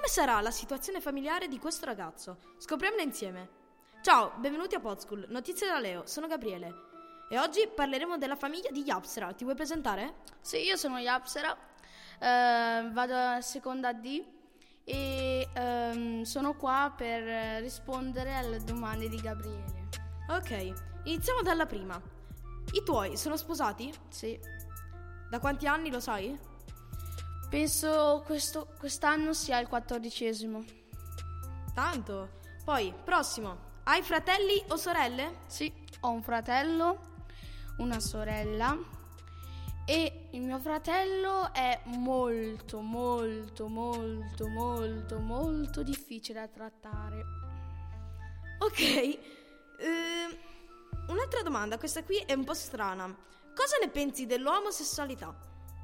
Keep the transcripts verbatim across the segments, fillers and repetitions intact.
come sarà la situazione familiare di questo ragazzo? Scopriamola insieme. Ciao, benvenuti a Podschool, notizie da Leo, sono Gabriele e oggi parleremo della famiglia di Yapsara. Ti vuoi presentare? Sì, io sono Yapsara, eh, vado a seconda D e ehm, sono qua per rispondere alle domande di Gabriele. Ok, iniziamo dalla prima. I tuoi sono sposati? Sì. Da quanti anni lo sai? Penso questo, quest'anno sia il quattordicesimo. Tanto. Poi, prossimo. Hai fratelli o sorelle? Sì, ho un fratello, una sorella e il mio fratello è molto, molto, molto, molto, molto difficile da trattare. Ok. Ehm, un'altra domanda, questa qui è un po' strana. Cosa ne pensi dell'omosessualità?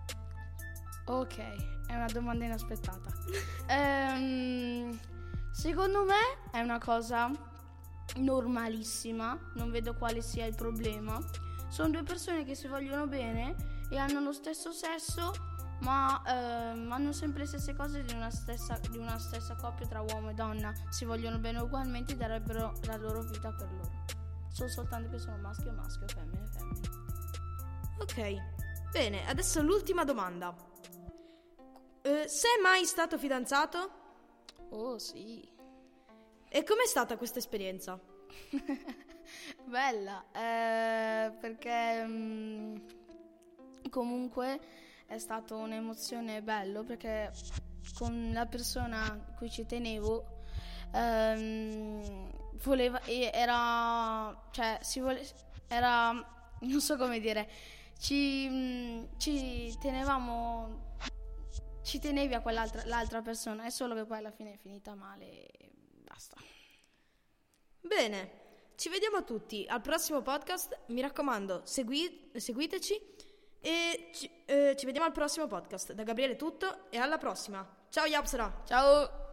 Ok, è una domanda inaspettata. ehm, secondo me è una cosa normalissima, non vedo quale sia il problema. Sono due persone che si vogliono bene e hanno lo stesso sesso, ma ehm, hanno sempre le stesse cose di una stessa, di una stessa coppia tra uomo e donna. Si vogliono bene ugualmente e darebbero la loro vita per loro. So soltanto che sono maschio maschio, femmine femmine. Ok, bene, adesso l'ultima domanda. Eh, sei mai stato fidanzato? Oh sì. E com'è stata questa esperienza? Bella, eh, perché mh, comunque è stata un'emozione bella, perché con la persona a cui ci tenevo ehm, voleva, era, cioè si vole, era, non so come dire, ci, mh, ci tenevamo, ci tenevi a quell'altra l'altra persona, è solo che poi alla fine è finita male e basta. Bene, ci vediamo tutti al prossimo podcast. Mi raccomando, segui, seguiteci e ci, eh, ci vediamo al prossimo podcast. Da Gabriele è tutto e alla prossima. Ciao Yapsara. Ciao.